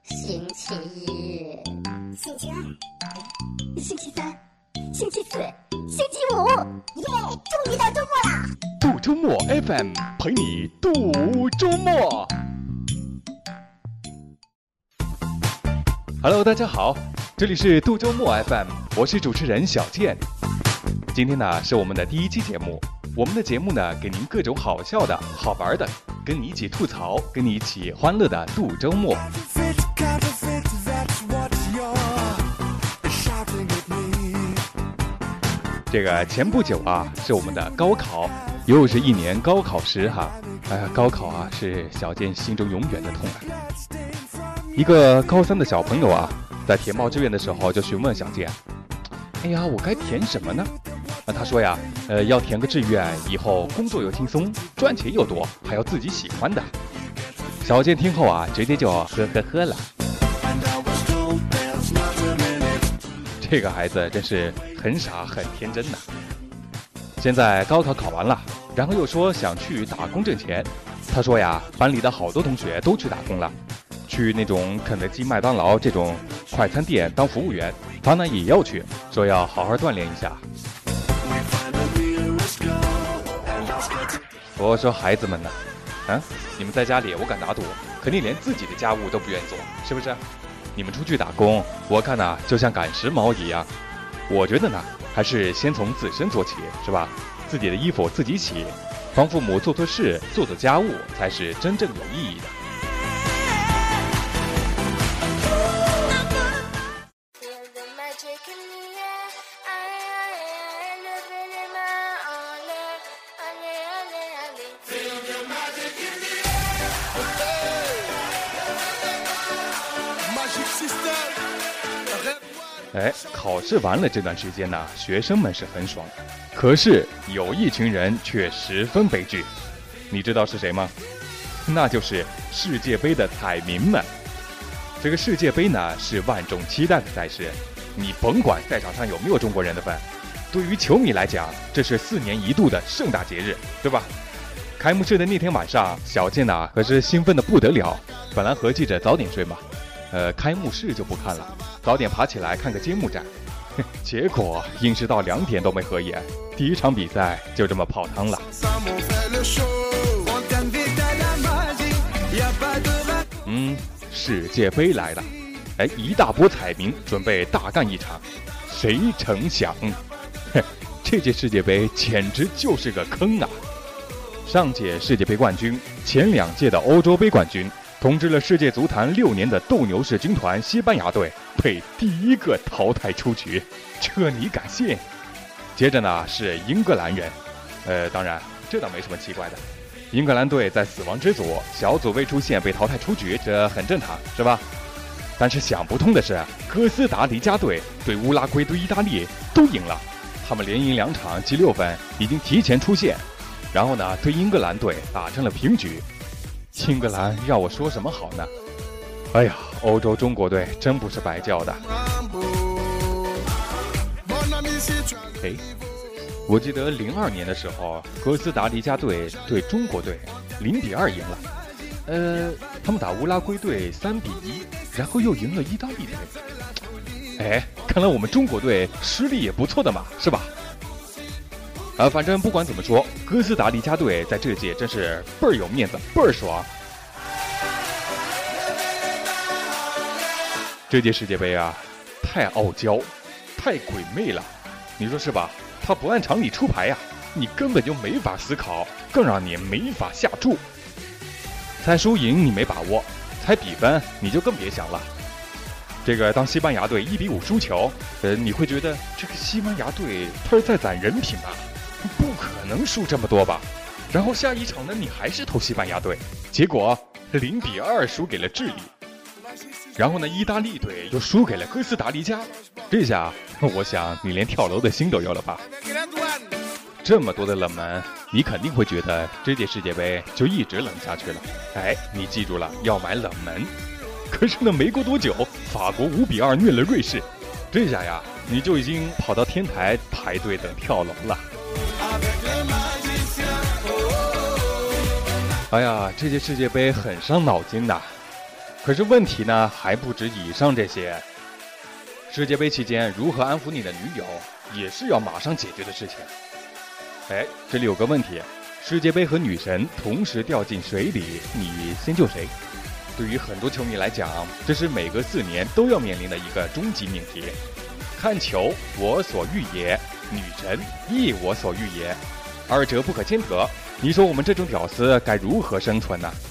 星期一、 星期二、 星期三、星期四、星期五， 耶！终于到周末啦！ 度周末 FM 陪你度周末。Hello， 大家好，这里是度周末 FM， 我是主持人小健。今天呢是我们的第一期节目，我们的节目呢给您各种好笑的好玩的，跟你一起吐槽，跟你一起欢乐的度周末。这个前不久啊是我们的高考，又是一年高考时哈。高考啊是小健心中永远的痛啊。一个高3的小朋友啊，在填报志愿的时候就询问小健，哎呀，我该填什么呢？他说呀，要填个志愿，以后工作又轻松，赚钱又多，还要自己喜欢的。小健听后啊，直接就呵呵呵了。这个孩子真是很傻很天真呐。现在高考考完了，然后又说想去打工挣钱。他说呀，班里的好多同学都去打工了，去那种肯德基、麦当劳这种快餐店当服务员，他呢也要去，说要好好锻炼一下。我说孩子们呢，你们在家里我敢打赌，肯定连自己的家务都不愿意做，是不是？你们出去打工，我看呢就像赶时髦一样。我觉得呢，还是先从自身做起，是吧？自己的衣服自己洗，帮父母做做事、做做家务，才是真正有意义的。考试完了这段时间呢，学生们是很爽的，可是有一群人却十分悲剧。你知道是谁吗？那就是世界杯的彩民们。这个世界杯呢是万众期待的赛事，你甭管赛场上有没有中国人的份，对于球迷来讲，这是4年一度的盛大节日，对吧？开幕式的那天晚上，小健呢可是兴奋的不得了，本来合计着早点睡嘛，开幕式就不看了，早点爬起来看个揭幕战。结果硬是到2点都没合眼，第一场比赛就这么泡汤了。世界杯来了，一大波彩民准备大干一场，谁成想，这届世界杯简直就是个坑啊！上届世界杯冠军，前2届的欧洲杯冠军，统治了世界足坛6年的斗牛士军团西班牙队被第一个淘汰出局，这你敢信？接着呢是英格兰人，当然这倒没什么奇怪的，英格兰队在死亡之组小组未出现被淘汰出局，这很正常，是吧？但是想不通的是，哥斯达黎加队对乌拉圭、对意大利都赢了，他们连赢2场积6分，已经提前出线。然后呢，对英格兰队打成了平局。英格兰让我说什么好呢？哎呀，欧洲中国队真不是白叫的。我记得02年的时候，哥斯达黎加队对中国队0-2赢了。他们打乌拉圭队3-1，然后又赢了意大利队。看来我们中国队实力也不错的嘛，是吧？反正不管怎么说，哥斯达黎加队在这届真是倍儿有面子，倍儿爽。这届世界杯啊，太傲娇，太鬼魅了，你说是吧？他不按常理出牌呀，你根本就没法思考，更让你没法下注。猜输赢你没把握，猜比分你就更别想了。这个当西班牙队1-5输球，你会觉得这个西班牙队他是在攒人品吧？不可能输这么多吧？然后下一场呢，你还是投西班牙队，结果0-2输给了智利。然后呢，意大利队又输给了哥斯达黎加。这下我想你连跳楼的心都有了吧？这么多的冷门，你肯定会觉得这届世界杯就一直冷下去了。你记住了，要买冷门。可是呢，没过多久，法国5-2虐了瑞士。这下呀，你就已经跑到天台排队等跳楼了。哎呀，这届世界杯很伤脑筋的。 可是问题呢，还不止以上这些。世界杯期间如何安抚你的女友，也是要马上解决的事情。哎，这里有个问题，世界杯和女神同时掉进水里，你先救谁？对于很多球迷来讲，这是每隔4年都要面临的一个终极命题。看球，我所欲也；女神亦我所欲也，二者不可兼得。你说我们这种屌丝该如何生存呢？